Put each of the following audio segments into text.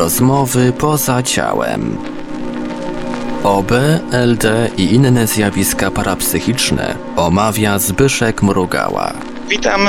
Rozmowy poza ciałem. OB, LD i inne zjawiska parapsychiczne omawia Zbyszek Mrugała. Witam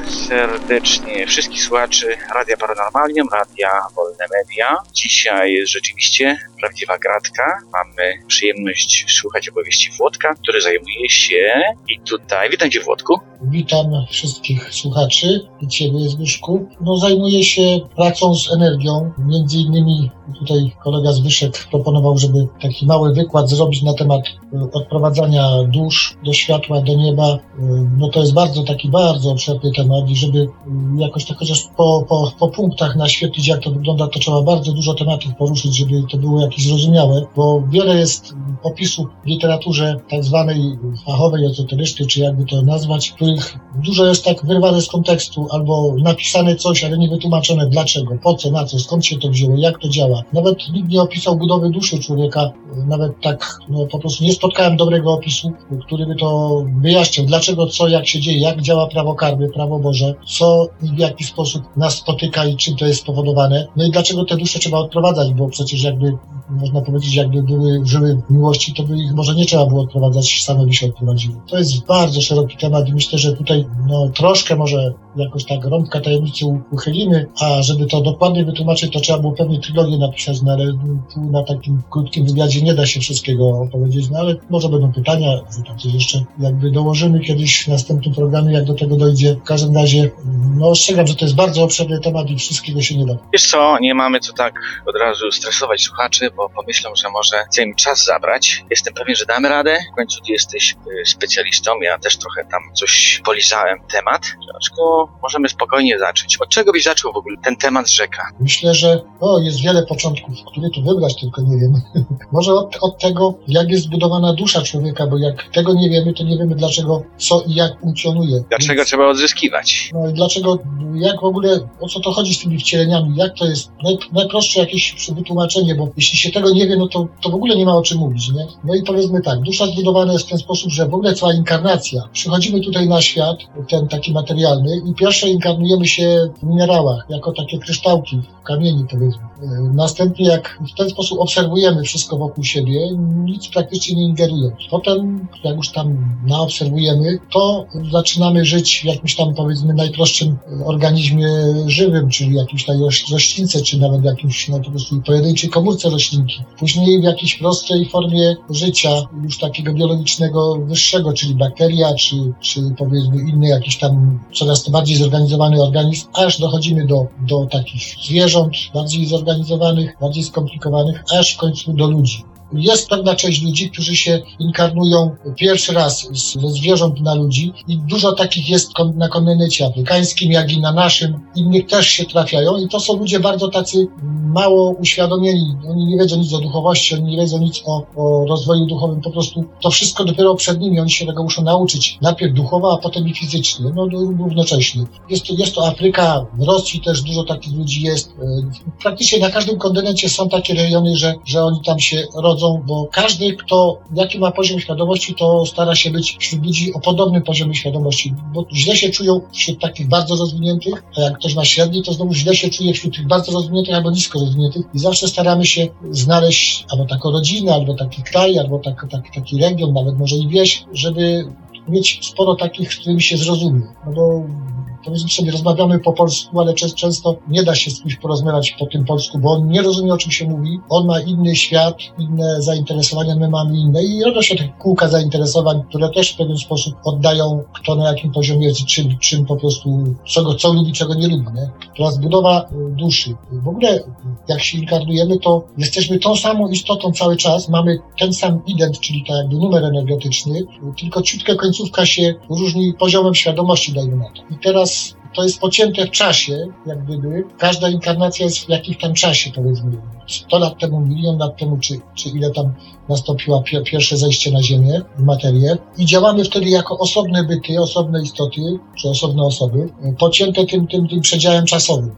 serdecznie wszystkich słuchaczy Radia Paranormalium, Radia Wolne Media. Dzisiaj jest rzeczywiście prawdziwa gratka. Mamy przyjemność słuchać opowieści Włodka, który zajmuje się i tutaj... Witam Cię, Włodku. Witam wszystkich słuchaczy i Ciebie, Zbyszku. Zajmuję się pracą z energią. Między innymi tutaj kolega Zbyszek proponował, żeby taki mały wykład zrobić na temat odprowadzania dusz do światła, do nieba. To jest bardzo obszerny temat i żeby jakoś tak chociaż po punktach naświetlić, jak to wygląda, to trzeba bardzo dużo tematów poruszyć, żeby to było jakieś zrozumiałe, bo wiele jest opisów w literaturze tak zwanej fachowej, ezoterycznej, czy jakby to nazwać, w których dużo jest tak wyrwane z kontekstu, albo napisane coś, ale nie wytłumaczone dlaczego, po co, na co, skąd się to wzięło, jak to działa. Nawet nikt nie opisał budowy duszy człowieka, nawet tak, po prostu nie spotkałem dobrego opisu, który by to wyjaśnił, dlaczego, co, jak się dzieje, jak działa prawo karmy, prawo Boże, co i w jaki sposób nas spotyka i czym to jest spowodowane. I dlaczego te dusze trzeba odprowadzać, bo przecież jakby, można powiedzieć, jakby żyły w miłości, to by ich może nie trzeba było odprowadzać, same by się odprowadziły. To jest bardzo szeroki temat i myślę, że tutaj troszkę może jakoś tak rąbka tajemnicy uchylimy, a żeby to dokładnie wytłumaczyć, to trzeba było pewnie trylogię napisać, ale tu na takim krótkim wywiadzie nie da się wszystkiego opowiedzieć, ale może będą pytania, że tam coś jeszcze jakby dołożymy kiedyś w następnym programie, jak do tego dojdzie. W każdym razie, ostrzegam, że to jest bardzo obszerny temat i wszystkiego się nie da. Wiesz co, nie mamy co tak od razu stresować słuchaczy, bo pomyślą, że może chce im czas zabrać. Jestem pewien, że damy radę. W końcu ty jesteś specjalistą, ja też trochę tam coś polizałem temat. Dlaczego możemy spokojnie zacząć? Od czego byś zaczął w ogóle ten temat rzeka? Myślę, że jest wiele początków, które tu wybrać, tylko nie wiem. Może od tego, jak jest zbudowana dusza człowieka, bo jak tego nie wiemy, to nie wiemy dlaczego, co i jak funkcjonuje. Dlaczego trzeba odzyskiwać? I dlaczego, jak w ogóle, o co to chodzi z tymi wcieleniami, jak to jest, najprostsze jakieś wytłumaczenie, bo jeśli się tego nie wie, to w ogóle nie ma o czym mówić, nie? I powiedzmy tak, dusza zbudowana jest w ten sposób, że w ogóle cała inkarnacja, przychodzimy tutaj na świat, ten taki materialny i pierwsze inkarnujemy się w minerałach, jako takie kryształki w kamieni, powiedzmy. Następnie jak w ten sposób obserwujemy wszystko wokół siebie, nic praktycznie nie ingerując. Potem, jak już tam naobserwujemy, to zaczynamy żyć w jakimś tam, powiedzmy, najprostszym organizmie żywym, czyli jakiejś tej roślince, czy nawet jakimś, po prostu pojedynczej komórce roślinki. Później w jakiejś prostej formie życia, już takiego biologicznego, wyższego, czyli bakteria, czy powiedzmy inny jakiś tam coraz bardziej zorganizowany organizm, aż dochodzimy do takich zwierząt bardziej zorganizowanych, bardziej skomplikowanych, aż w końcu do ludzi. Jest pewna część ludzi, którzy się inkarnują pierwszy raz ze zwierząt na ludzi i dużo takich jest na kontynencie afrykańskim, jak i na naszym. Innych też się trafiają i to są ludzie bardzo tacy mało uświadomieni. Oni nie wiedzą nic o duchowości, oni nie wiedzą nic o rozwoju duchowym. Po prostu to wszystko dopiero przed nimi. Oni się tego muszą nauczyć. Najpierw duchowo, a potem i fizycznie. Równocześnie. Jest to Afryka, w Rosji też dużo takich ludzi jest. Praktycznie na każdym kontynencie są takie rejony, że oni tam się rodzą, bo każdy, jaki ma poziom świadomości, to stara się być wśród ludzi o podobnym poziomie świadomości, bo źle się czują wśród takich bardzo rozwiniętych, a jak ktoś ma średni, to znowu źle się czuje wśród tych bardzo rozwiniętych albo nisko rozwiniętych i zawsze staramy się znaleźć albo taką rodzinę, albo taki kraj, albo taki region, nawet może i wieś, żeby mieć sporo takich, z którymi się zrozumie. Bo powiedzmy sobie, rozmawiamy po polsku, ale często nie da się z kimś porozmawiać po tym polsku, bo on nie rozumie, o czym się mówi. On ma inny świat, inne zainteresowania, my mamy inne i robią się takie kółka zainteresowań, które też w pewien sposób oddają, kto na jakim poziomie jest, czym po prostu, co lubi, czego nie lubi, nie? Teraz budowa duszy. W ogóle, jak się inkarnujemy, to jesteśmy tą samą istotą cały czas, mamy ten sam ident, czyli tak jakby numer energetyczny, tylko ciutkę końcówka się różni poziomem świadomości, dajmy na to. I teraz to jest pocięte w czasie, jak gdyby. Każda inkarnacja jest w jakimś tam czasie, powiedzmy. 100 lat temu, milion lat temu, czy ile tam nastąpiło pierwsze zejście na Ziemię, w materię. I działamy wtedy jako osobne byty, osobne istoty, czy osobne osoby, pocięte tym przedziałem czasowym.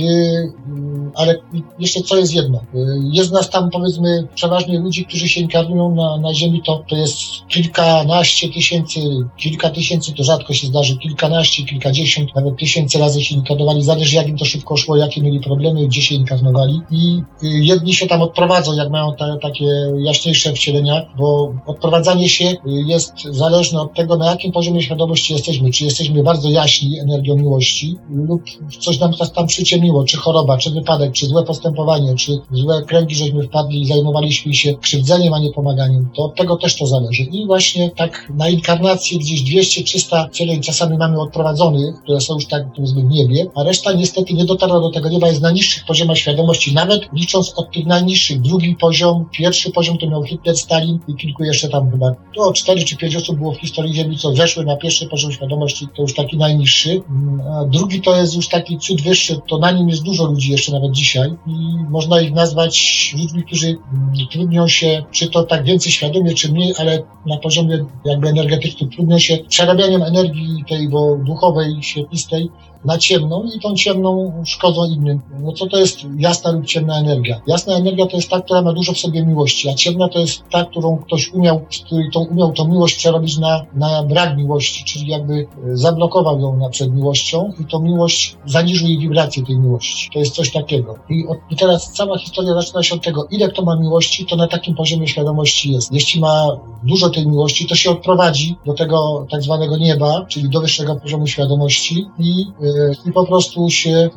Ale jeszcze co jest jedno. Jest nas tam, powiedzmy, przeważnie ludzi, którzy się inkarnują na Ziemi, to jest kilkanaście tysięcy, kilka tysięcy, to rzadko się zdarzy, kilkanaście, kilkadziesiąt, nawet tysięcy razy się inkarnowali, zależy jak im to szybko szło, jakie mieli problemy, gdzie się inkarnowali i jedni się tam odprowadzą, jak mają takie jaśniejsze wcielenia, bo odprowadzanie się jest zależne od tego, na jakim poziomie świadomości jesteśmy, czy jesteśmy bardzo jaśni energią miłości lub coś nam tam przyciemniło, czy choroba, czy wypadek, czy złe postępowanie, czy złe kręgi, żeśmy wpadli i zajmowaliśmy się krzywdzeniem, a nie pomaganiem. To od tego też to zależy. I właśnie tak na inkarnację gdzieś 200-300 wcieleń czasami mamy odprowadzonych, które są już tak powiedzmy w niebie, a reszta niestety nie dotarła do tego nieba, jest na niższych poziomach świadomości, nawet licząc od tych najniższych. Drugi poziom, pierwszy poziom to miał Hitler, Stalin i kilku jeszcze tam chyba 4 czy 5 osób było w historii Ziemi, co weszły na pierwszy poziom świadomości, to już taki najniższy. A drugi to jest już taki ciut wyższy, to na nim jest dużo ludzi jeszcze nawet dzisiaj i można ich nazwać ludźmi, którzy trudnią się, czy to tak więcej świadomie, czy mniej, ale na poziomie jakby energetycznym trudnią się przerabianiem energii tej duchowej, świetlistej na ciemną i tą ciemną szkodzą innym. No co to jest jasna lub ciemna energia? Jasna energia to jest ta, która ma dużo w sobie miłości, a ciemna to jest ta, którą ktoś umiał tą miłość przerobić na brak miłości, czyli jakby zablokował ją przed miłością i tą miłość zaniżył jej wibrację tej miłości. To jest coś takiego. I teraz cała historia zaczyna się od tego, ile kto ma miłości, to na takim poziomie świadomości jest. Jeśli ma dużo tej miłości, to się odprowadzi do tego tak zwanego nieba, czyli do wyższego poziomu świadomości i po prostu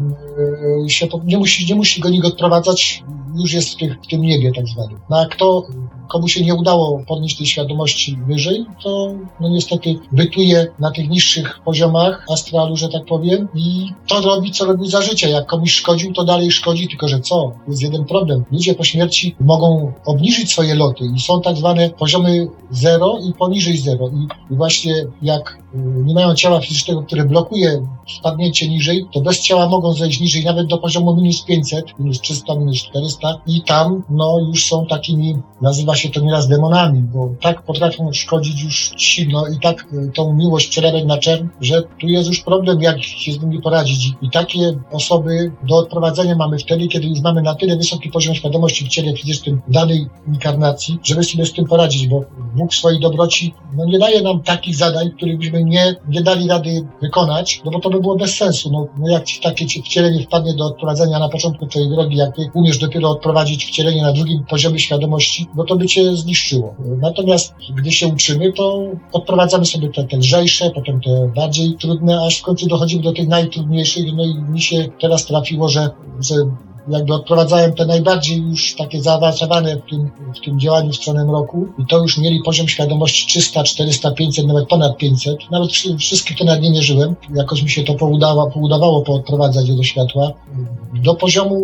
nie musi go nikt odprowadzać, już jest w tym niebie tak zwanym. No a komu się nie udało podnieść tej świadomości wyżej, to no niestety bytuje na tych niższych poziomach astralu, że tak powiem, i to robi, co robił za życia. Jak komuś szkodził, to dalej szkodzi, tylko że co? Jest jeden problem. Ludzie po śmierci mogą obniżyć swoje loty i są tak zwane poziomy 0 i poniżej 0. I właśnie jak nie mają ciała fizycznego, które blokuje spadnięcie niżej, to bez ciała mogą zejść niżej, nawet do poziomu minus 500, minus 300, minus 400 i tam już są takimi, nazywa się to nieraz demonami, bo tak potrafią szkodzić już silno i tak tą miłość przerabiać na czern, że tu jest już problem, jak się z nimi poradzić. I takie osoby do odprowadzenia mamy wtedy, kiedy już mamy na tyle wysoki poziom świadomości w ciele fizycznym danej inkarnacji, żeby sobie z tym poradzić, bo Bóg w swojej dobroci nie daje nam takich zadań, których byśmy nie dali rady wykonać, bo to by było bez sensu. Jak ci takie wcielenie wpadnie do odprowadzenia na początku twojej drogi, jak ty umiesz dopiero odprowadzić wcielenie na drugim poziomie świadomości, to by cię zniszczyło. Natomiast gdy się uczymy, to odprowadzamy sobie te lżejsze, potem te bardziej trudne, aż w końcu dochodzimy do tych najtrudniejszych. No i mi się teraz trafiło, że jakby odprowadzałem te najbardziej już takie zaawansowane w tym działaniu w stronę mroku i to już mieli poziom świadomości 300, 400, 500, nawet ponad 500. Nawet wszystkich to nawet nie mierzyłem. Jakoś mi się to poudawało poodprowadzać je do światła. Do poziomu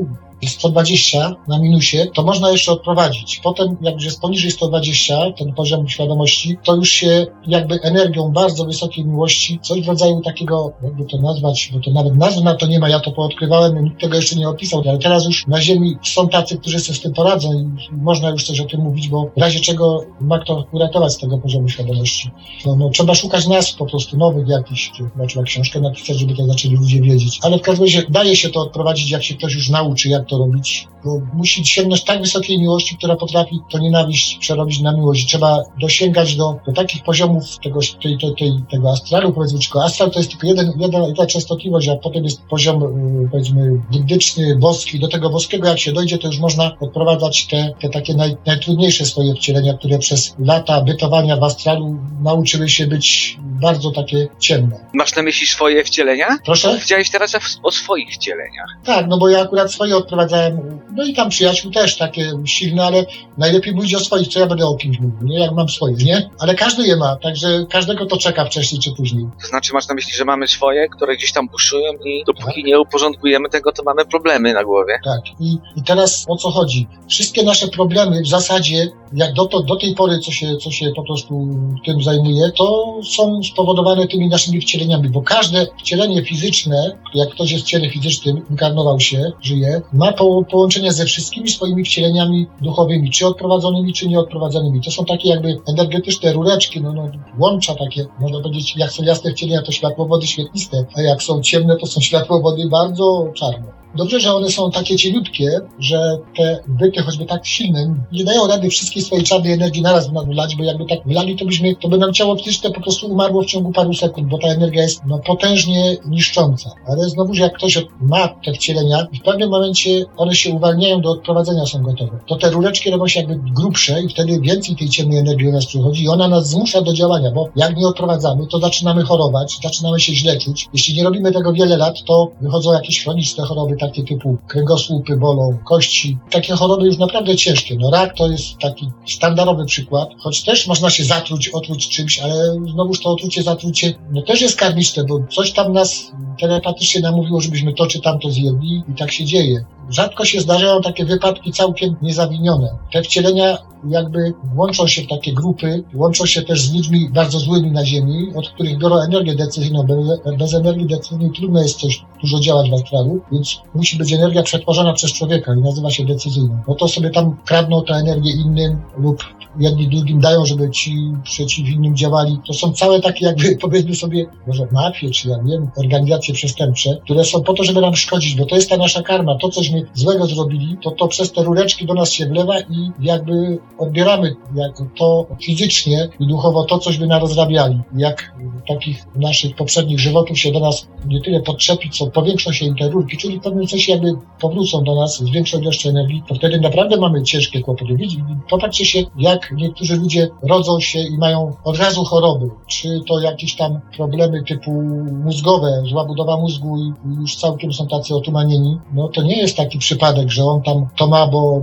120 na minusie, to można jeszcze odprowadzić. Potem, jak już jest poniżej 120, ten poziom świadomości, to już się jakby energią bardzo wysokiej miłości, coś w rodzaju takiego, jakby to nazwać, bo to nawet nazwy na to nie ma, ja to poodkrywałem, nikt tego jeszcze nie opisał, ale teraz już na Ziemi są tacy, którzy sobie z tym poradzą i można już coś o tym mówić, bo w razie czego ma kto uratować z tego poziomu świadomości. Trzeba szukać nazw po prostu nowych jakichś, trzeba książkę napisać, żeby to zaczęli ludzie wiedzieć. Ale w każdym razie daje się to odprowadzić, jak się ktoś już nauczy, jak to robić, bo musi sięgnąć tak wysokiej miłości, która potrafi to nienawiść przerobić na miłość. Trzeba dosięgać do takich poziomów tego astralu, powiedzmy, tylko astral to jest tylko jedna częstotliwość, a potem jest poziom, powiedzmy, buddyczny, boski. Do tego boskiego, jak się dojdzie, to już można odprowadzać te takie najtrudniejsze swoje wcielenia, które przez lata bytowania w astralu nauczyły się być bardzo takie ciemne. Masz na myśli swoje wcielenia? Proszę? Powiedziałeś teraz o swoich wcieleniach. Tak, bo ja akurat swoje odprowadzałem, i tam przyjaciół też takie silne, ale najlepiej mówić o swoich, co ja będę o kimś mówił, nie? Jak mam swoje, nie? Ale każdy je ma, także każdego to czeka wcześniej czy później. To znaczy masz na myśli, że mamy swoje, które gdzieś tam buszują i dopóki nie uporządkujemy tego, to mamy problemy na głowie. Tak. I teraz o co chodzi? Wszystkie nasze problemy w zasadzie, jak do tej pory, co się po prostu tym zajmuje, to są spowodowane tymi naszymi wcieleniami, bo każde wcielenie fizyczne, jak ktoś jest w ciele fizycznym, inkarnował się, żyje, ma połączenie ze wszystkimi swoimi wcieleniami duchowymi, czy odprowadzonymi, czy nieodprowadzonymi. To są takie jakby energetyczne rureczki, łącza takie, można powiedzieć, jak są jasne wcielenia, to światłowody świetliste, a jak są ciemne, to są światłowody bardzo czarne. Dobrze, że one są takie cieniutkie, że te byty, choćby tak silne, nie dają rady wszystkiej swojej czarnej energii naraz wylać, bo jakby tak wylali, to by nam ciało fizyczne po prostu umarło w ciągu paru sekund, bo ta energia jest potężnie niszcząca. Ale znowuż jak ktoś ma te wcielenia, w pewnym momencie one się uwalniają, do odprowadzenia są gotowe. To te rureczki robią się jakby grubsze i wtedy więcej tej ciemnej energii do nas przychodzi i ona nas zmusza do działania, bo jak nie odprowadzamy, to zaczynamy chorować, zaczynamy się źle czuć. Jeśli nie robimy tego wiele lat, to wychodzą jakieś chroniczne choroby, takie typu kręgosłupy bolą, kości. Takie choroby już naprawdę ciężkie. Rak to jest taki standardowy przykład, choć też można się otruć czymś, ale znowuż to zatrucie też jest karmiczne, bo coś tam nas telepatycznie namówiło, żebyśmy to czy tamto zjedli i tak się dzieje. Rzadko się zdarzają takie wypadki całkiem niezawinione. Te wcielenia jakby łączą się w takie grupy, łączą się też z ludźmi bardzo złymi na ziemi, od których biorą energię decyzyjną. Bez energii decyzyjnej trudno jest coś dużo działać w astralu, więc musi być energia przetworzona przez człowieka i nazywa się decyzyjną. No to sobie tam kradną tę energię innym lub jedni drugim dają, żeby ci przeciw innym działali. To są całe takie jakby, powiedzmy sobie, może mafie, czy ja wiem, organizacje przestępcze, które są po to, żeby nam szkodzić, bo to jest ta nasza karma. To, cośmy złego zrobili, to przez te rureczki do nas się wlewa i jakby odbieramy jako to fizycznie i duchowo to, cośmy narozrabiali. Jak takich naszych poprzednich żywotów się do nas nie tyle podczepi, co powiększą się im te rurki, czyli w pewnym sensie jakby powrócą do nas z większą ilością energii, to wtedy naprawdę mamy ciężkie kłopoty. Popatrzcie się, jak niektórzy ludzie rodzą się i mają od razu choroby, czy to jakieś tam problemy typu mózgowe, zła budowa mózgu i już całkiem są tacy otumanieni. No to nie jest taki przypadek, że on tam to ma, bo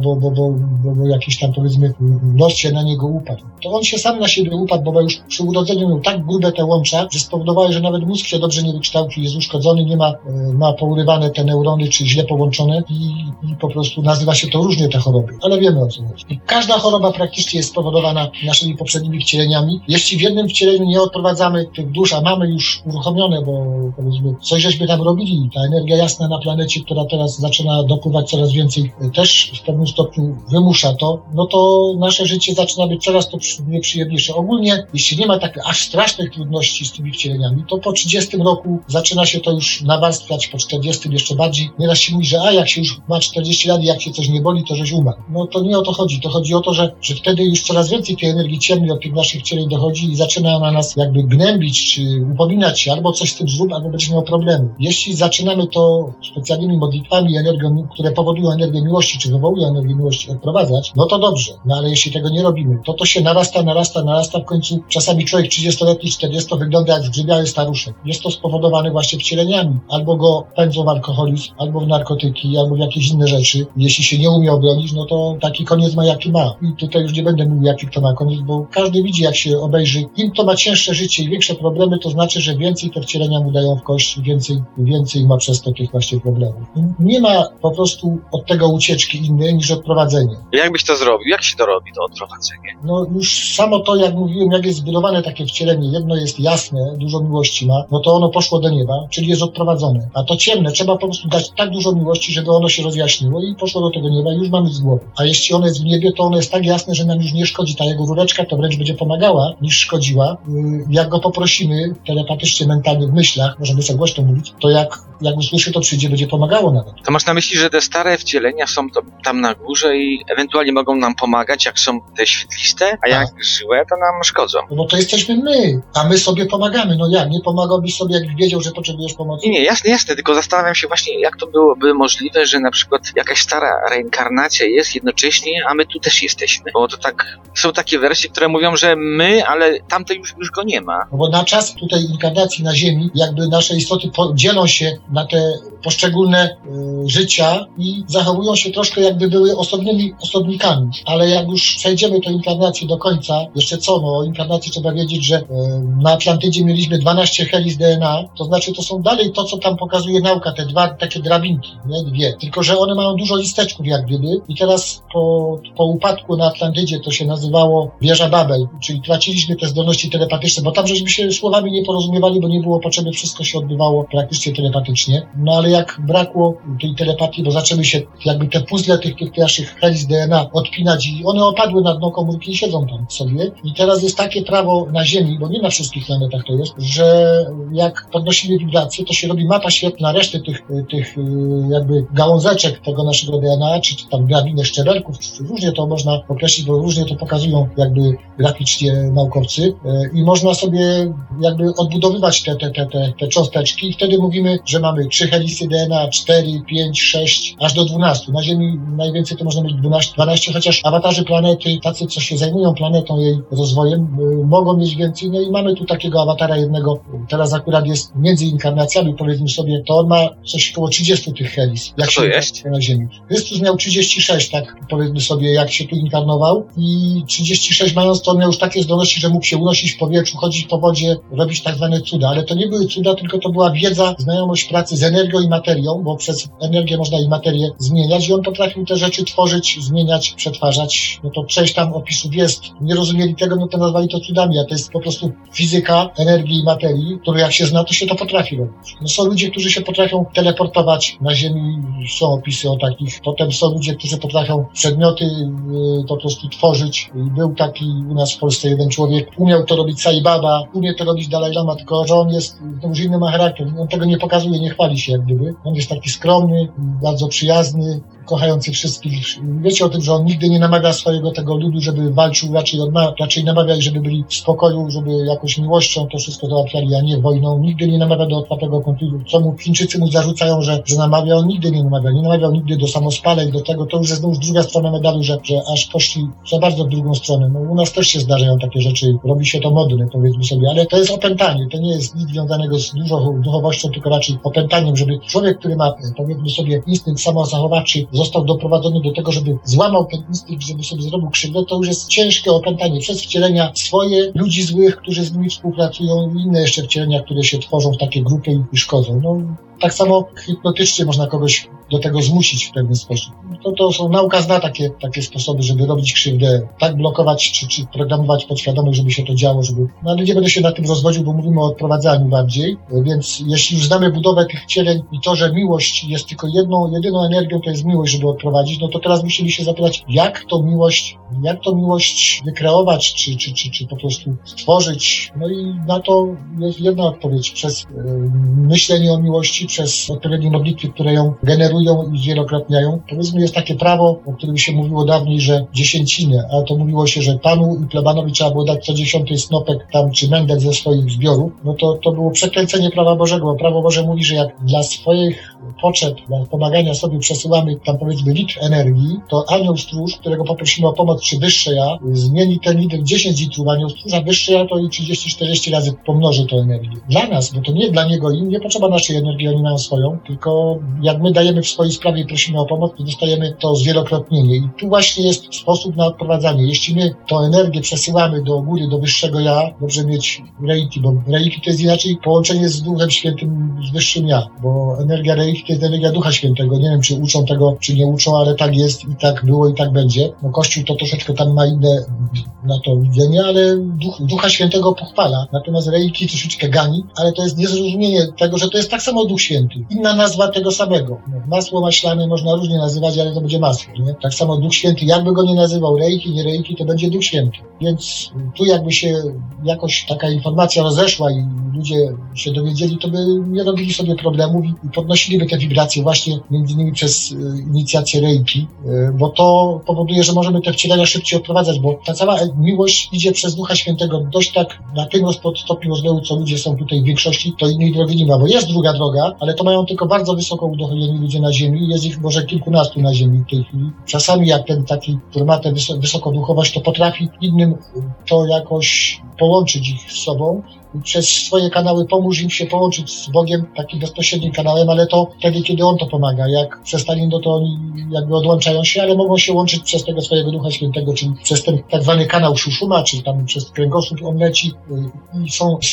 jakiś tam powiedzmy los się na niego upadł. To on się sam na siebie upadł, bo już przy urodzeniu miał tak grube te łącza, że spowodowały, że nawet mózg się dobrze nie wykształcił, jest uszkodzony, ma pourywane te neurony, czy źle połączone i po prostu nazywa się to różnie te choroby. Ale wiemy o co chodzi. I każda choroba praktycznie jest spowodowana naszymi poprzednimi wcieleniami. Jeśli w jednym wcieleniu nie odprowadzamy tych dusz, a mamy już uruchomione, bo powiedzmy coś żeśmy tam robili, ta energia jasna na planecie, która teraz zaczyna dopływać coraz więcej, też w pewnym stopniu wymusza to, no to nasze życie zaczyna być coraz to nieprzyjemniejsze. Ogólnie, jeśli nie ma takich aż strasznych trudności z tymi wcieleniami, to po 30 roku zaczyna się to już nawarstwiać, po 40 jeszcze bardziej. Nieraz się mówi, że jak się już ma 40 lat i jak się coś nie boli, to żeś umarł. No to nie o to chodzi. To chodzi o to, że wtedy już coraz więcej tej energii ciemnej od tych naszych wcieleń dochodzi i zaczyna ona nas jakby gnębić, czy upominać się, albo coś z tym zrób, albo będziesz miał problemy. Jeśli zaczynamy to specjalnymi modlitwami, energią, które powodują energię miłości, czy wywołują energię miłości, odprowadzać, no to dobrze. No ale jeśli tego nie robimy, to się narasta, w końcu czasami człowiek 30-letni, 40 wygląda jak zgrzybiały staruszek. Jest to spowodowane właśnie wcieleniami. Albo go pędzą w alkoholizm, albo w narkotyki, albo w jakieś inne rzeczy. Jeśli się nie umie obronić, no to taki koniec ma jaki ma. I tutaj już nie będę mówił, jaki kto ma koniec, bo każdy widzi, jak się obejrzy. Im kto ma cięższe życie i większe problemy, to znaczy, że więcej te wcielenia mu dają w kość, więcej ma przez to tych właśnie problemów. Nie ma po prostu od tego ucieczki innej niż odprowadzenie. Jak byś to zrobił? Jak się to robi, to odprowadzenie? No już samo to, jak mówiłem, jak jest zbudowane takie wcielenie, jedno jest jasne, dużo miłości ma, no to ono poszło do nieba, czyli jest odprowadzone. A to ciemne, trzeba po prostu dać tak dużo miłości, żeby ono się rozjaśniło i poszło do tego nieba i już mamy z głowy. A jeśli ono jest w niebie, to ono jest tak jasne, że nam już nie szkodzi. Ta jego rureczka to wręcz będzie pomagała, niż szkodziła. Jak go poprosimy telepatycznie, mentalnie w myślach, możemy sobie głośno mówić, to jak usłyszy, to przyjdzie, będzie pomagało nawet. To masz na myśli, że te stare wcielenia są tam na górze i ewentualnie mogą nam pomagać, jak są te świetliste, a jak złe, to nam szkodzą. No bo to jesteśmy my, a my sobie pomagamy. No jak? Nie pomagałbyś sobie, jakbyś wiedział, że potrzebujesz pomocy? Nie, jasne, tylko zastanawiam się właśnie, jak to byłoby możliwe, że na przykład jakaś stara reinkarnacja jest jednocześnie, a my tu też jesteśmy. Bo to tak, są takie wersje, które mówią, że my, ale tamtej już go nie ma. No bo na czas tutaj inkarnacji na Ziemi, jakby nasze istoty dzielą się na te poszczególne życia i zachowują się troszkę, jakby były osobnikami. Ale jak już przejdziemy tę inkarnację do końca, jeszcze o inkarnacji trzeba wiedzieć, że na Atlantydzie mieliśmy 12 helis DNA, to znaczy to są dalej to, co tam pokazuje nauka, te dwa takie drabinki, nie? Dwie. Tylko że one mają dużo listeczków jak gdyby i teraz po upadku na Atlantydzie to się nazywało wieża Babel, czyli traciliśmy te zdolności telepatyczne, bo tam żeśmy się słowami nie porozumiewali, bo nie było potrzeby, wszystko się odbywało praktycznie telepatycznie. No ale jak brakło tej telepatii, bo zaczęły się jakby te puzzle tych naszych helis DNA odpinać i one opadły na dno komórki i siedzą tam sobie. I teraz jest takie prawo na Ziemi, bo nie na wszystkich planetach to jest, że jak podnosimy wibracje, to się robi mapa kanapa świetna reszty tych jakby gałązeczek tego naszego DNA, czy tam drabiny szczebelków, różnie to można określić, bo różnie to pokazują jakby graficznie naukowcy i można sobie jakby odbudowywać te cząsteczki i wtedy mówimy, że mamy 3 helisy DNA, 4, 5, 6, aż do 12. Na Ziemi najwięcej to można mieć 12, chociaż awatarzy planety, tacy, co się zajmują planetą, jej rozwojem, mogą mieć więcej. No i mamy tu takiego awatara jednego, teraz akurat jest między inkarnacjami, powiedzmy sobie, to on ma coś około 30 tych helis. Jak to jest? Na Ziemi. Chrystus miał 36, tak powiedzmy sobie, jak się tu inkarnował i 36 mając, to on miał już takie zdolności, że mógł się unosić w powietrzu, chodzić po wodzie, robić tak zwane cuda, ale to nie były cuda, tylko to była wiedza, znajomość pracy z energią i materią, bo przez energię można i materię zmieniać i on potrafił te rzeczy tworzyć, zmieniać, przetwarzać. No to część tam opisów jest. Nie rozumieli tego, no to nazwali to cudami, a to jest po prostu fizyka energii i materii, którą jak się zna, to się to potrafi robić. No są ludzie, którzy się potrafią teleportować na Ziemi, są opisy o takich. Potem są ludzie, którzy potrafią przedmioty po prostu tworzyć. Był taki u nas w Polsce jeden człowiek, umiał to robić Sai Baba, umie to robić Dalaj Lama, tylko że on jest, to już inny ma charakter. On tego nie pokazuje, nie chwali się jak gdyby. On jest taki skromny, bardzo przyjazny, kochający wszystkich. Wiecie o tym, że on nigdy nie namawia swojego tego ludu, żeby walczył, raczej namawia ich, żeby byli w spokoju, żeby jakoś miłością to wszystko załatwiali, a nie wojną. Nigdy nie namawia do otwartego konfliktu. Co mu Chińczycy mu zarzucają, że namawia, on nigdy nie namawia. Nie namawiał nigdy do samospaleń, do tego. To już jest znów druga strona medalu, że aż poszli za bardzo w drugą stronę. No u nas też się zdarzają takie rzeczy. Robi się to modne, powiedzmy sobie, ale to jest opętanie. To nie jest nic związanego z duchowością, tylko raczej opętaniem, żeby człowiek, który ma, powiedzmy sobie, instynkt samozachowawczy, został doprowadzony do tego, żeby złamał ten instynkt, żeby sobie zrobił krzywdę, to już jest ciężkie opętanie przez wcielenia swoje, ludzi złych, którzy z nimi współpracują i inne jeszcze wcielenia, które się tworzą w takie grupy i szkodzą. No, tak samo hipnotycznie można kogoś do tego zmusić w pewien sposób. To są, nauka zna takie sposoby, żeby robić krzywdę, tak blokować, czy programować podświadomość, żeby się to działo, no ale nie będę się na tym rozwodził, bo mówimy o odprowadzaniu bardziej, więc jeśli już znamy budowę tych wcieleń i to, że miłość jest tylko jedyną energią, to jest miłość, żeby odprowadzić, no to teraz musimy się zapytać, jak to miłość wykreować, czy po prostu stworzyć. No i na to jest jedna odpowiedź, przez myślenie o miłości, przez odpowiednie modlitwy, które ją generują i zwielokrotniają. Powiedzmy, jest takie prawo, o którym się mówiło dawniej, że dziesięciny, a to mówiło się, że panu i plebanowi trzeba było dać co 10 snopek tam, czy mendel ze swoich zbiorów. No to było przekręcenie prawa Bożego, bo prawo Boże mówi, że jak dla swoich potrzeb, dla pomagania sobie przesyłamy tam powiedzmy litr energii, to anioł stróż, którego poprosimy o pomoc, czy wyższe ja, zmieni ten litr 10 litrów, anioł stróż, a wyższe ja to i 30-40 razy pomnoży tę energię. Dla nas, bo to nie dla niego im, nie potrzeba naszej energii, oni mają swoją, tylko jak my dajemy w swojej sprawie i prosimy o pomoc, to dostajemy to zwielokrotnienie. I tu właśnie jest sposób na odprowadzanie. Jeśli my tę energię przesyłamy do góry, do wyższego ja, dobrze mieć reiki, bo reiki to jest inaczej połączenie z Duchem Świętym, z wyższym ja, bo energia reiki to jest energia Ducha Świętego. Nie wiem, czy uczą tego, czy nie uczą, ale tak jest i tak było i tak będzie. No Kościół to troszeczkę tam ma inne na to widzenie, ale Ducha Świętego pochwala. Natomiast reiki troszeczkę gani, ale to jest niezrozumienie tego, że to jest tak samo Duch Święty. Inna nazwa tego samego. No, masło maślane można różnie nazywać, ale to będzie masło, nie? Tak samo Duch Święty, jakby go nie nazywał, reiki, nie reiki, to będzie Duch Święty. Więc tu jakby się jakoś taka informacja rozeszła i ludzie się dowiedzieli, to by nie robili sobie problemów i podnosiliby te wibracje właśnie między innymi przez inicjację reiki, bo to powoduje, że możemy te wcielenia szybciej odprowadzać, bo ta cała miłość idzie przez Ducha Świętego dość tak na tym stopniu rozwoju, co ludzie są tutaj w większości, to innej drogi nie ma, bo jest druga droga, ale to mają tylko bardzo wysoko uduchowieni ludzie na ziemi, jest ich może kilkunastu na ziemi w tej chwili. Czasami jak ten taki, który ma tę wysokoduchowość, to potrafi innym to jakoś połączyć ich z sobą i przez swoje kanały pomóż im się połączyć z Bogiem takim bezpośrednim kanałem, ale to wtedy, kiedy On to pomaga. Jak przestali, no to oni jakby odłączają się, ale mogą się łączyć przez tego swojego Ducha Świętego, czyli przez ten tak zwany kanał Szuszuma, czyli tam przez kręgosłup on leci i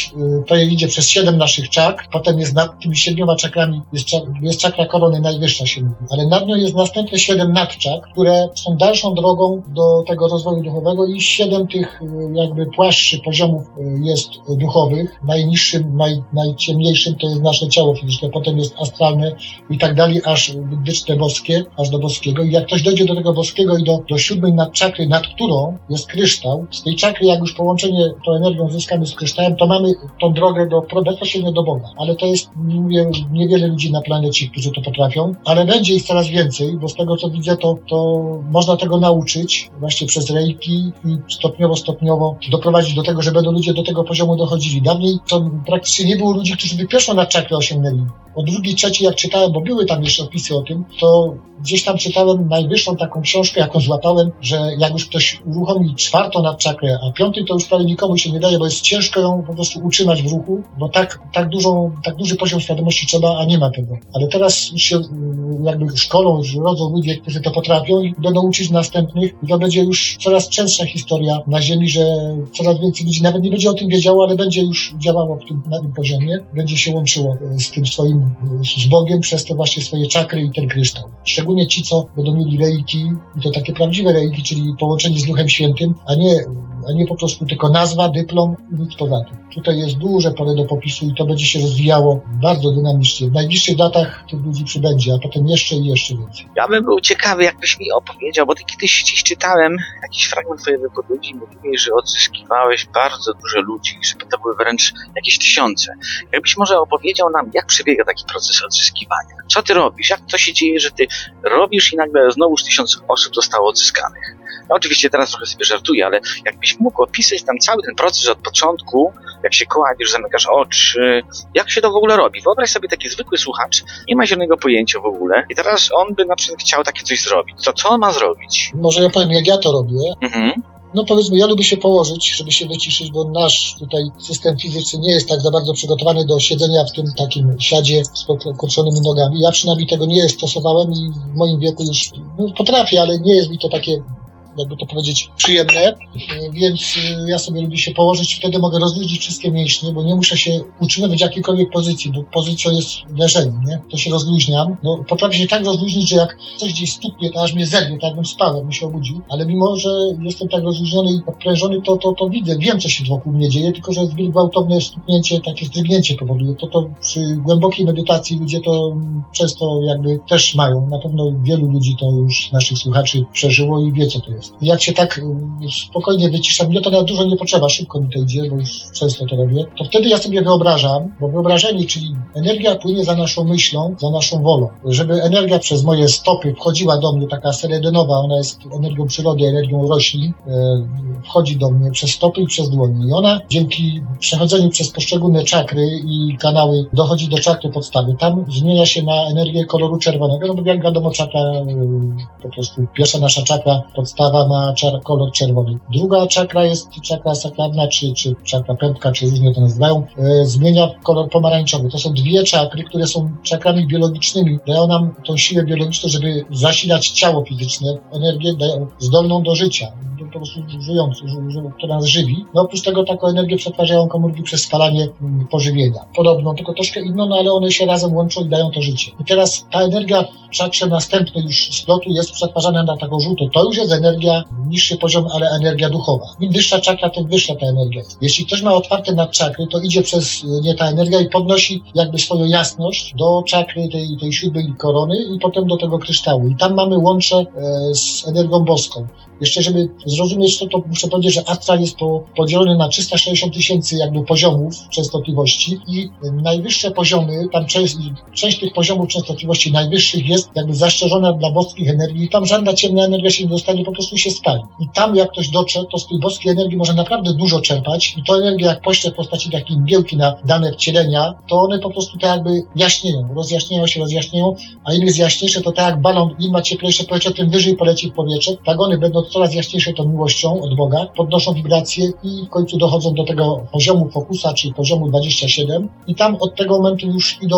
to idzie przez 7 naszych czakr, potem jest nad tymi 7 czakrami, jest czakra korony najwyższa się mówi, ale nad nią jest następne 7 nadczakr, które są dalszą drogą do tego rozwoju duchowego i 7 tych jakby płaszczy, poziomów jest duchowych. fizyczno-duchowych. Najniższym, najciemniejszym to jest nasze ciało fizyczne, potem jest astralne i tak dalej, aż wytyczne boskie, aż do boskiego. I jak ktoś dojdzie do tego boskiego i do 7. nadczakry, nad którą jest kryształ, z tej czakry, jak już połączenie tą energią zyskamy z kryształem, to mamy tą drogę bezpośrednio do Boga. Ale to jest, mówię, niewiele ludzi na planecie, którzy to potrafią, ale będzie ich coraz więcej, bo z tego co widzę, to można tego nauczyć właśnie przez reiki i stopniowo doprowadzić do tego, że będą ludzie do tego poziomu dochodzili. Dawniej to praktycznie nie było ludzi, którzy by pierwszą nadczakrę osiągnęli. O drugiej, trzeciej, jak czytałem, bo były tam jeszcze opisy o tym, to gdzieś tam czytałem najwyższą taką książkę, jaką złapałem, że jak już ktoś uruchomi 4. nadczakrę, a 5. to już prawie nikomu się nie daje, bo jest ciężko ją po prostu utrzymać w ruchu, bo tak duży poziom świadomości trzeba, a nie ma tego. Ale teraz już się jakby szkolą, już rodzą ludzie, którzy to potrafią i będą uczyć następnych i to będzie już coraz częstsza historia na Ziemi, że coraz więcej ludzi nawet nie będzie o tym wiedziało, ale będzie już działało na tym poziomie, będzie się łączyło z tym swoim, z Bogiem przez te właśnie swoje czakry i ten kryształ. Szczególnie ci, co będą mieli reiki i to takie prawdziwe reiki, czyli połączenie z Duchem Świętym, a nie po prostu tylko nazwa, dyplom i nic poza tym. Tutaj jest duże pole do popisu i to będzie się rozwijało bardzo dynamicznie. W najbliższych latach tych ludzi przybędzie, a potem jeszcze i jeszcze więcej. Ja bym był ciekawy, jakbyś mi opowiedział, bo ty kiedyś gdzieś czytałem jakiś fragment twojej wypowiedzi, mówiłeś, że odzyskiwałeś bardzo dużo ludzi, że to były wręcz jakieś tysiące. Jakbyś może opowiedział nam, jak przebiega taki proces odzyskiwania? Co ty robisz? Jak to się dzieje, że ty robisz i nagle znowuż 1000 osób zostało odzyskanych? No oczywiście teraz trochę sobie żartuję, ale jakbyś mógł opisać tam cały ten proces od początku, jak się kładziesz, zamykasz oczy, jak się to w ogóle robi? Wyobraź sobie taki zwykły słuchacz, nie ma zielonego pojęcia w ogóle i teraz on by na przykład chciał takie coś zrobić. To co on ma zrobić? Może ja powiem, jak ja to robię. Mhm. No powiedzmy, ja lubię się położyć, żeby się wyciszyć, bo nasz tutaj system fizyczny nie jest tak za bardzo przygotowany do siedzenia w tym takim siadzie z podkurczonymi nogami. Ja przynajmniej tego nie stosowałem i w moim wieku już potrafię, ale nie jest mi to takie, jakby to powiedzieć, przyjemne, więc ja sobie lubię się położyć, wtedy mogę rozluźnić wszystkie mięśnie, bo nie muszę się utrzymywać w jakiejkolwiek pozycji, bo pozycją jest leżenie, nie? To się rozluźniam. No, potrafię się tak rozluźnić, że jak coś gdzieś stuknie, to aż mnie zerwie, tak jakbym spał, jakbym się obudził, ale mimo, że jestem tak rozluźniony i odprężony, to widzę, wiem, co się wokół mnie dzieje, tylko że zbyt gwałtowne stuknięcie, takie zdrygnięcie powoduje. To przy głębokiej medytacji ludzie to często jakby też mają. Na pewno wielu ludzi to już naszych słuchaczy przeżyło i wie, co to jest. Jak się tak spokojnie wyciszam, mnie to na dużo nie potrzeba, szybko mi to idzie, bo już często to robię, to wtedy ja sobie wyobrażam, bo wyobrażenie, czyli energia płynie za naszą myślą, za naszą wolą. Żeby energia przez moje stopy wchodziła do mnie, taka seredynowa, ona jest energią przyrody, energią roślin, wchodzi do mnie przez stopy i przez dłonie. I ona dzięki przechodzeniu przez poszczególne czakry i kanały dochodzi do czakry podstawy. Tam zmienia się na energię koloru czerwonego, no bo jak wiadomo, czakra, po prostu pierwsza nasza czakra podstawa ma kolor czerwony. Druga czakra jest czakra sakralna, czy czakra pępka, czy różnie to nazywają, zmienia kolor pomarańczowy. To są dwie czakry, które są czakrami biologicznymi. Dają nam tą siłę biologiczną, żeby zasilać ciało fizyczne, energię dają zdolną do życia, po prostu żyjącą, która nas żywi. No oprócz tego taką energię przetwarzają komórki przez spalanie pożywienia. Podobną, tylko troszkę inną, no ale one się razem łączą i dają to życie. I teraz ta energia w czakrze następnej już splotu jest przetwarzana na taką żółtą. To już jest energia, niższy poziom, ale energia duchowa. Im wyższa czakra, tym wyższa ta energia jest. Jeśli ktoś ma otwarte nadczakry, to idzie przez nie ta energia i podnosi jakby swoją jasność do czakry tej 7. korony i potem do tego kryształu. I tam mamy łącze z energią boską. Jeszcze, żeby zrozumieć to muszę powiedzieć, że astral jest podzielony na 360 000 jakby poziomów częstotliwości i najwyższe poziomy, tam część tych poziomów częstotliwości najwyższych jest jakby zastrzeżona dla boskich energii i tam żadna ciemna energia się nie dostanie, po prostu się spali. I tam jak ktoś dotrze, to z tej boskiej energii może naprawdę dużo czerpać i to energia jak pośle w postaci takiej mgiełki na dane wcielenia, to one po prostu tak jakby jaśnieją, rozjaśniają, a im jest jaśniejsze, to tak jak balon, im ma cieplejsze powietrze, tym wyżej poleci w powietrze. Tak one będą coraz jaśniejsze tą miłością od Boga, podnoszą wibracje i w końcu dochodzą do tego poziomu fokusa, czyli poziomu 27 i tam od tego momentu już idą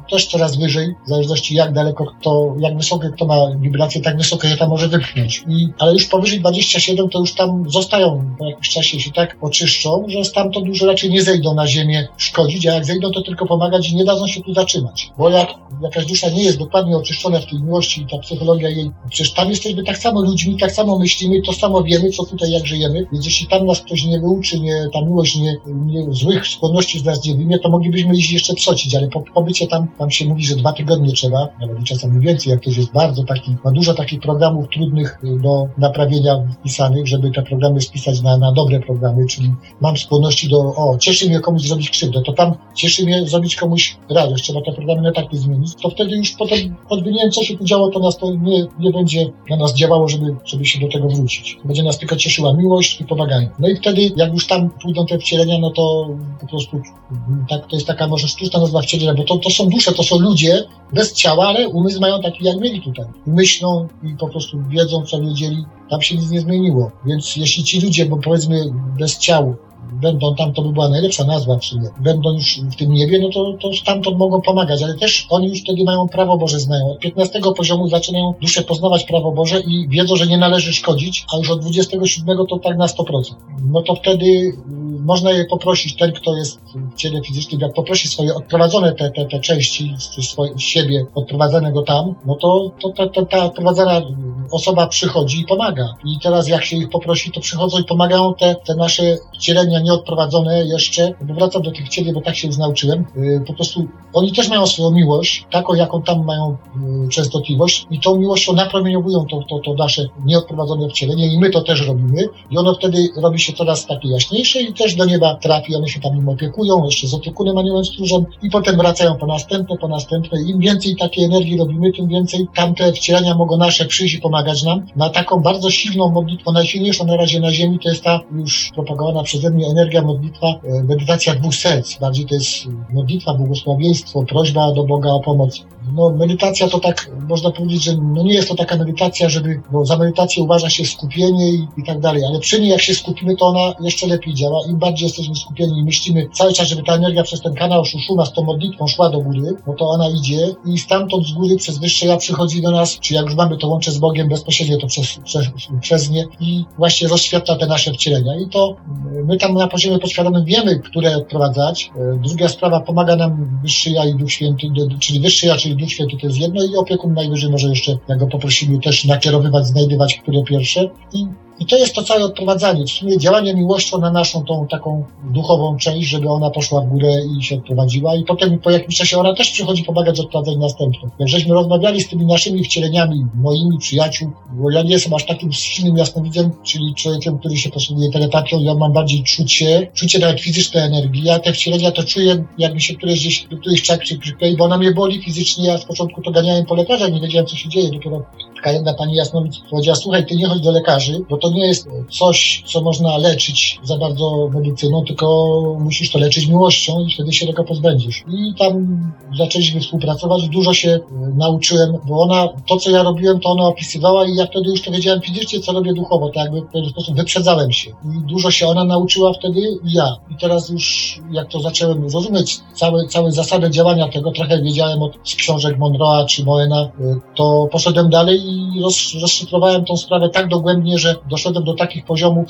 też coraz wyżej, w zależności jak daleko jak wysokie kto ma wibracje, tak wysokie je tam może wypchnąć. Ale już powyżej 27 to już tam zostają, po jakimś czasie się tak oczyszczą, że stamtąd już raczej nie zejdą na ziemię szkodzić, a jak zejdą, to tylko pomagać i nie dadzą się tu zatrzymać. Bo jak jakaś dusza nie jest dokładnie oczyszczona w tej miłości i ta psychologia jej, przecież tam jesteśmy tak samo ludźmi, tak samo myślimy, to samo wiemy, co tutaj jak żyjemy, więc jeśli tam nas ktoś nie wyuczy, ta miłość nie złych skłonności z nas nie wyjmie, to moglibyśmy iść jeszcze psocić, ale po pobycie tam się mówi, że 2 tygodnie trzeba, nawet czasami więcej, jak ktoś jest bardzo ma dużo takich programów trudnych do naprawienia wpisanych, żeby te programy spisać na dobre programy, czyli mam skłonności cieszy mnie komuś zrobić krzywdę, to tam cieszy mnie zrobić komuś radość, trzeba te programy na takie zmienić, to wtedy już potem, choćby nie wiem, co się tu działo, to nas to nie będzie na nas działało, żeby się do tego wrócić. Będzie nas tylko cieszyła miłość i pomaganie. No i wtedy, jak już tam pójdą te wcielenia, no to po prostu tak, to jest taka może sztuczna nazwa wcielenia, bo to są dusze, to są ludzie bez ciała, ale umysł mają taki, jak mieli tutaj. I myślą i po prostu wiedzą, co wiedzieli, tam się nic nie zmieniło. Więc jeśli ci ludzie, bo powiedzmy bez ciał, będą tam, to by była najlepsza nazwa w sumie, będą już w tym niebie, no to stamtąd mogą pomagać, ale też oni już wtedy mają prawo Boże znają. Od 15 poziomu zaczynają dusze poznawać prawo Boże i wiedzą, że nie należy szkodzić, a już od 27 to tak na 100%. No to wtedy można je poprosić, ten, kto jest w ciele fizycznym, jak poprosi swoje odprowadzone te części z siebie, odprowadzanego tam, no to ta odprowadzana osoba przychodzi i pomaga. I teraz jak się ich poprosi, to przychodzą i pomagają te nasze wcielenia nieodprowadzone jeszcze, bo wracam do tych wcieleń, bo tak się już nauczyłem, po prostu oni też mają swoją miłość, taką jaką tam mają częstotliwość i tą miłością napromieniowują to nasze nieodprowadzone wcielenie i my to też robimy i ono wtedy robi się coraz takie jaśniejsze i też do nieba trafi, one się tam im opiekują, jeszcze z opiekunem aniołem stróżem i potem wracają po następne. Im więcej takiej energii robimy, tym więcej tamte wcielenia mogą nasze przyjść i pomagać nam. Na taką bardzo silną modlitwę, najsilniejszą na razie na ziemi, to jest ta już propagowana przeze mnie energia, modlitwa, medytacja 2 serc. Bardziej to jest modlitwa, błogosławieństwo, prośba do Boga o pomoc. No medytacja to tak, można powiedzieć, że nie jest to taka medytacja, bo za medytację uważa się skupienie i tak dalej, ale przy niej jak się skupimy, to ona jeszcze lepiej działa. Im bardziej jesteśmy skupieni i myślimy cały czas, żeby ta energia przez ten kanał Szuszuma z tą modlitwą szła do góry, no to ona idzie i stamtąd z góry przez wyższe ja przychodzi do nas, czy jak już mamy to łącze z Bogiem bezpośrednio, to przez nie i właśnie rozświetla te nasze wcielenia. I to my tam na poziomie podświadomym wiemy, które odprowadzać. Druga sprawa, pomaga nam wyższy ja i Duch Święty, czyli wyższy ja, czyli Duch Święty to jest jedno i opiekun najwyżej może jeszcze, jak go poprosimy, też nakierowywać, znajdywać, które pierwsze. I to jest to całe odprowadzanie, w sumie działanie miłością na naszą tą taką duchową część, żeby ona poszła w górę i się odprowadziła i potem po jakimś czasie ona też przychodzi pomagać odprowadzać następną. Jak żeśmy rozmawiali z tymi naszymi wcieleniami, moimi przyjaciół, bo ja nie jestem aż takim silnym jasnowidzem, czyli człowiekiem, który się posługuje telepatią, ja mam bardziej czucie nawet fizycznej energii. Ja te wcielenia to czuję, jakby się któryś czak się przyklei, bo ona mnie boli fizycznie. Ja z początku to ganiałem po lekarzach, nie wiedziałem, co się dzieje. Dopiero taka jedna pani jasnowidz powiedziała, słuchaj, ty nie chodź do lekarzy, bo to nie jest coś, co można leczyć za bardzo medycyną, tylko musisz to leczyć miłością i wtedy się tego pozbędziesz. I tam zaczęliśmy współpracować, dużo się nauczyłem, bo ona, to co ja robiłem, to ona opisywała i ja wtedy już to wiedziałem fizycznie, co robię duchowo, tak jakby w pewien sposób wyprzedzałem się. I dużo się ona nauczyła wtedy i ja. I teraz już, jak to zacząłem rozumieć, całe zasady działania tego, trochę wiedziałem z książek Monroe'a czy Moena, to poszedłem dalej i rozszyfrowałem tą sprawę tak dogłębnie, że doszedłem do takich poziomów,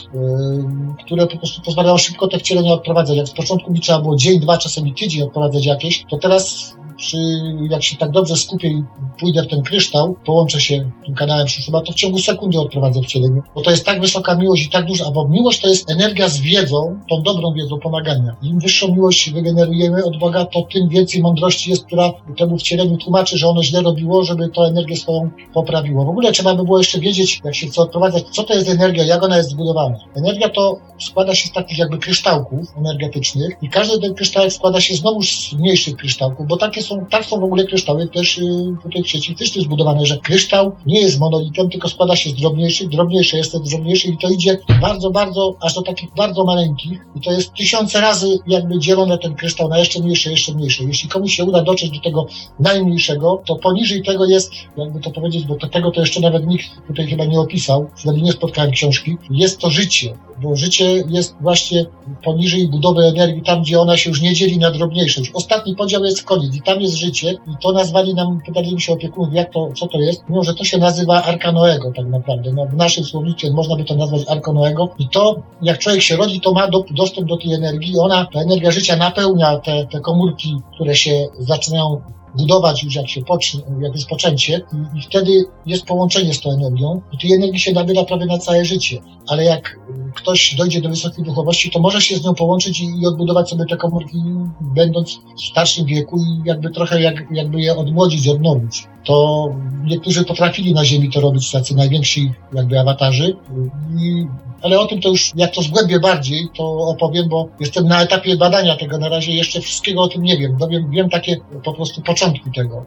które po prostu pozwalają szybko te wcielenia odprowadzać. Jak z początku mi trzeba było dzień, 2, czasem i tydzień odprowadzać jakieś, to teraz jak się tak dobrze skupię i pójdę w ten kryształ, połączę się tym kanałem Szuszuma, to w ciągu sekundy odprowadzę wcielenie. Bo to jest tak wysoka miłość i tak duża, bo miłość to jest energia z wiedzą, tą dobrą wiedzą pomagania. Im wyższą miłość wygenerujemy od Boga, to tym więcej mądrości jest, która temu wcieleniu tłumaczy, że ono źle robiło, żeby tę energię swoją poprawiło. W ogóle trzeba by było jeszcze wiedzieć, jak się chce odprowadzać, co to jest energia, jak ona jest zbudowana. Energia to składa się z takich jakby kryształków energetycznych i każdy ten kryształek składa się znowu z mniejszych kryształków, bo tak są w ogóle kryształy też tutaj w sieci też jest zbudowane, że kryształ nie jest monolitem, tylko składa się z drobniejszy jest drobniejszy i to idzie bardzo, bardzo, aż do takich bardzo maleńkich i to jest 1000 razy jakby dzielone ten kryształ na jeszcze mniejsze. Jeśli komuś się uda dotrzeć do tego najmniejszego, to poniżej tego jest, jakby to powiedzieć, bo tego to jeszcze nawet nikt tutaj chyba nie opisał, przynajmniej nie spotkałem książki, jest to życie, bo życie jest właśnie poniżej budowy energii, tam gdzie ona się już nie dzieli na drobniejsze. Już ostatni podział jest koniec i tam tam jest życie i to nazwali nam, pytali mi się opiekunów, co to jest. Mówią, że to się nazywa Arka Noego tak naprawdę. No, w naszym słownictwie można by to nazwać Arką Noego i to, jak człowiek się rodzi, to ma dostęp do tej energii. Ta energia życia napełnia te komórki, które się zaczynają budować już jak jest poczęcie i wtedy jest połączenie z tą energią i tej energii się nabywa prawie na całe życie. Ale jak ktoś dojdzie do wysokiej duchowości, to może się z nią połączyć i odbudować sobie te komórki, będąc w starszym wieku i jakby trochę jakby je odmłodzić, odnowić. To niektórzy potrafili na Ziemi to robić, tacy najwięksi jakby awatarzy. Ale o tym to już, jak to zgłębię bardziej, to opowiem, bo jestem na etapie badania tego. Na razie jeszcze wszystkiego o tym nie wiem. Wiem takie po prostu początki tego.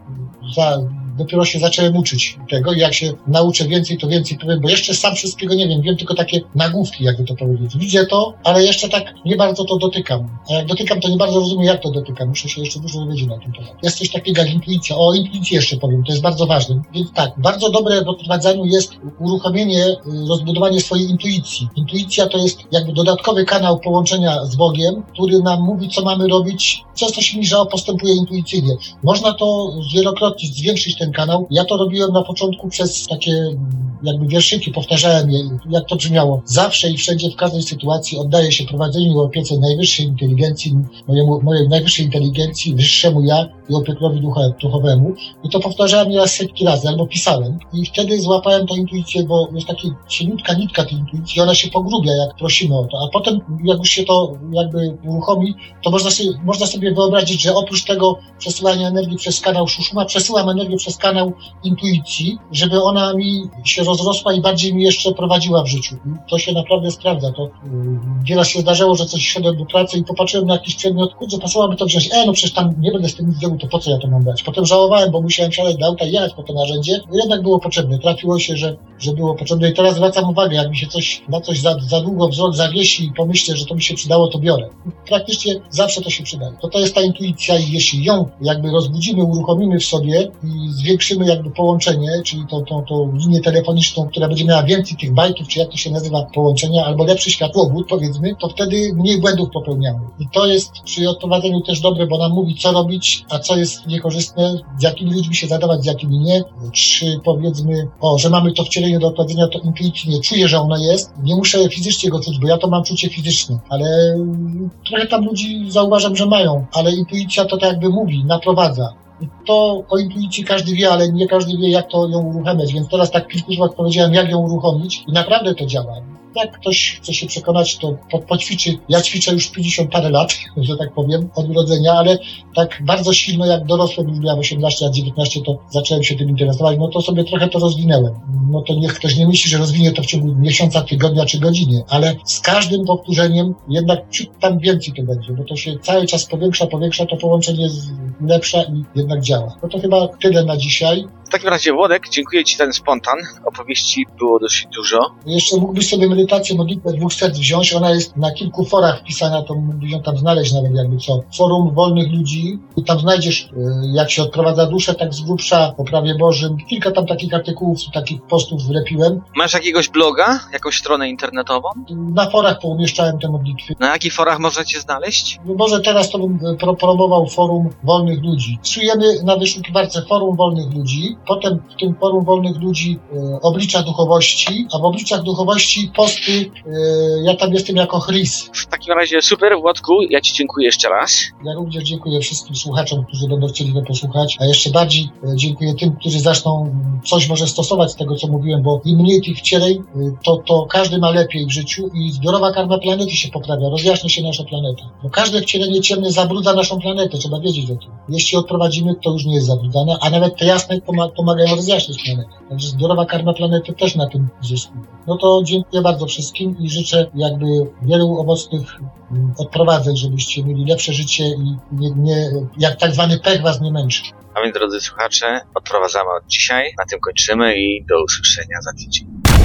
Dopiero się zacząłem uczyć tego i jak się nauczę więcej, to więcej powiem, bo jeszcze sam wszystkiego nie wiem. Wiem tylko takie nagłówki, jakby to powiedzieć. Widzę to, ale jeszcze tak nie bardzo to dotykam. A jak dotykam, to nie bardzo rozumiem, jak to dotykam. Muszę się jeszcze dużo dowiedzieć na tym temat. Jest coś takiego jak intuicja. O intuicji jeszcze powiem, to jest bardzo ważne. Więc tak, bardzo dobre w odprowadzaniu jest uruchomienie, rozbudowanie swojej intuicji. Intuicja to jest jakby dodatkowy kanał połączenia z Bogiem, który nam mówi, co mamy robić. Często się mówi, że postępuje intuicyjnie. Można to zwielokrotnić, zwiększyć ten kanał. Ja to robiłem na początku przez takie jakby wierszyki, powtarzałem je, jak to brzmiało. Zawsze i wszędzie, w każdej sytuacji oddaję się prowadzeniu i opiece najwyższej inteligencji, mojej najwyższej inteligencji, wyższemu ja i opiekunowi duchowemu. I to powtarzałem nieraz setki razy, albo pisałem. I wtedy złapałem tą intuicję, bo jest taka cieniutka nitka tej intuicji, ona się pogrubia, jak prosimy o to. A potem, jak już się to jakby uruchomi, to można sobie wyobrazić, że oprócz tego przesyłania energii przez kanał Szuszuma, przesyłam energię przez kanał intuicji, żeby ona mi się rozrosła i bardziej mi jeszcze prowadziła w życiu. I to się naprawdę sprawdza. To wiele się zdarzało, że coś szedłem do pracy i popatrzyłem na jakiś przedmiot, kurczę, pasowałoby to wziąć. No przecież tam nie będę z tym nic zrobił, to po co ja to mam brać? Potem żałowałem, bo musiałem wsiadać do auta i jechać po to narzędzie. Jednak było potrzebne. Trafiło się, że było potrzebne. I teraz zwracam uwagę, jak mi się na coś za długo wzrok zawiesi i pomyślę, że to mi się przydało, to biorę. Praktycznie zawsze to się przydaje. To jest ta intuicja i jeśli ją jakby rozbudzimy, uruchomimy w sobie i zwiększymy jakby połączenie, czyli tą linię telefoniczną, która będzie miała więcej tych bajtów, czy jak to się nazywa, połączenia, albo lepszy światłowód, powiedzmy, to wtedy mniej błędów popełniamy. I to jest przy odprowadzeniu też dobre, bo nam mówi, co robić, a co jest niekorzystne, z jakimi ludźmi się zadawać, z jakimi nie. Czy powiedzmy, że mamy to wcielenie do odprowadzenia, to intuicyjnie czuję, że ono jest. Nie muszę fizycznie go czuć, bo ja to mam czucie fizyczne, ale trochę tam ludzi zauważam, że mają, ale intuicja to tak jakby mówi, naprowadza. I to o intuicji każdy wie, ale nie każdy wie, jak to ją uruchamiać, więc teraz tak w kilku słowach powiedziałem, jak ją uruchomić i naprawdę to działa. Jak ktoś chce się przekonać, to poćwiczy. Ja ćwiczę już 50 parę lat, że tak powiem, od urodzenia, ale tak bardzo silno, jak dorosłem, już miałem 18 lat, 19, to zacząłem się tym interesować, no to sobie trochę to rozwinęłem. No to niech ktoś nie myśli, że rozwinie to w ciągu miesiąca, tygodnia czy godziny, ale z każdym powtórzeniem jednak ciut tam więcej to będzie, bo to się cały czas powiększa, to połączenie jest lepsze i jednak działa. No to chyba tyle na dzisiaj. W takim razie, Włodek, dziękuję Ci za ten spontan. Opowieści było dosyć dużo. Jeszcze mógłbyś sobie medytację, modlitwę 2 serc wziąć. Ona jest na kilku forach wpisana, to mógłbyś ją tam znaleźć nawet jakby co. Forum Wolnych Ludzi. I tam znajdziesz, jak się odprowadza duszę, tak z grubsza, o prawie Bożym. Kilka tam takich artykułów, takich postów wlepiłem. Masz jakiegoś bloga? Jakąś stronę internetową? Na forach poumieszczałem te modlitwy. Na jakich forach można Cię znaleźć? No może teraz to bym promował Forum Wolnych Ludzi. Wpisujemy na wyszukiwarce Forum Wolnych Ludzi. Potem w tym Forum Wolnych Ludzi oblicza duchowości, a w obliczach duchowości posty, ja tam jestem jako Chris. W takim razie super, Włodku, ja Ci dziękuję jeszcze raz. Ja również dziękuję wszystkim słuchaczom, którzy będą chcieli to posłuchać, a jeszcze bardziej dziękuję tym, którzy zaczną coś może stosować z tego, co mówiłem, bo im mniej tych wcieleń, to każdy ma lepiej w życiu i zbiorowa karma planety się poprawia, rozjaśnia się nasza planeta. Bo każde wcielenie ciemne zabrudza naszą planetę, trzeba wiedzieć o tym. Jeśli odprowadzimy, to już nie jest zabrudzane, a nawet te jasne pomagają rozjaśnić planetę. Także zbiorowa karma planety też na tym zyskuje. No to dziękuję bardzo wszystkim i życzę jakby wielu owocnych odprowadzeń, żebyście mieli lepsze życie i nie jak tak zwany pech was nie męczy. A więc, drodzy słuchacze, odprowadzamy od dzisiaj, na tym kończymy i do usłyszenia za tydzień.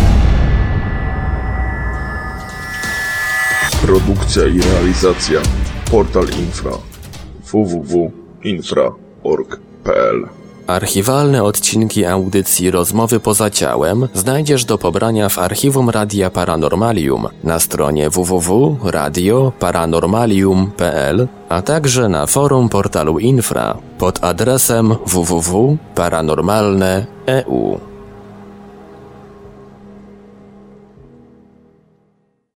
Produkcja i realizacja Portal Infra www.infra.org.pl Archiwalne odcinki audycji Rozmowy poza ciałem znajdziesz do pobrania w archiwum Radia Paranormalium na stronie www.radioparanormalium.pl, a także na forum portalu Infra pod adresem www.paranormalne.eu.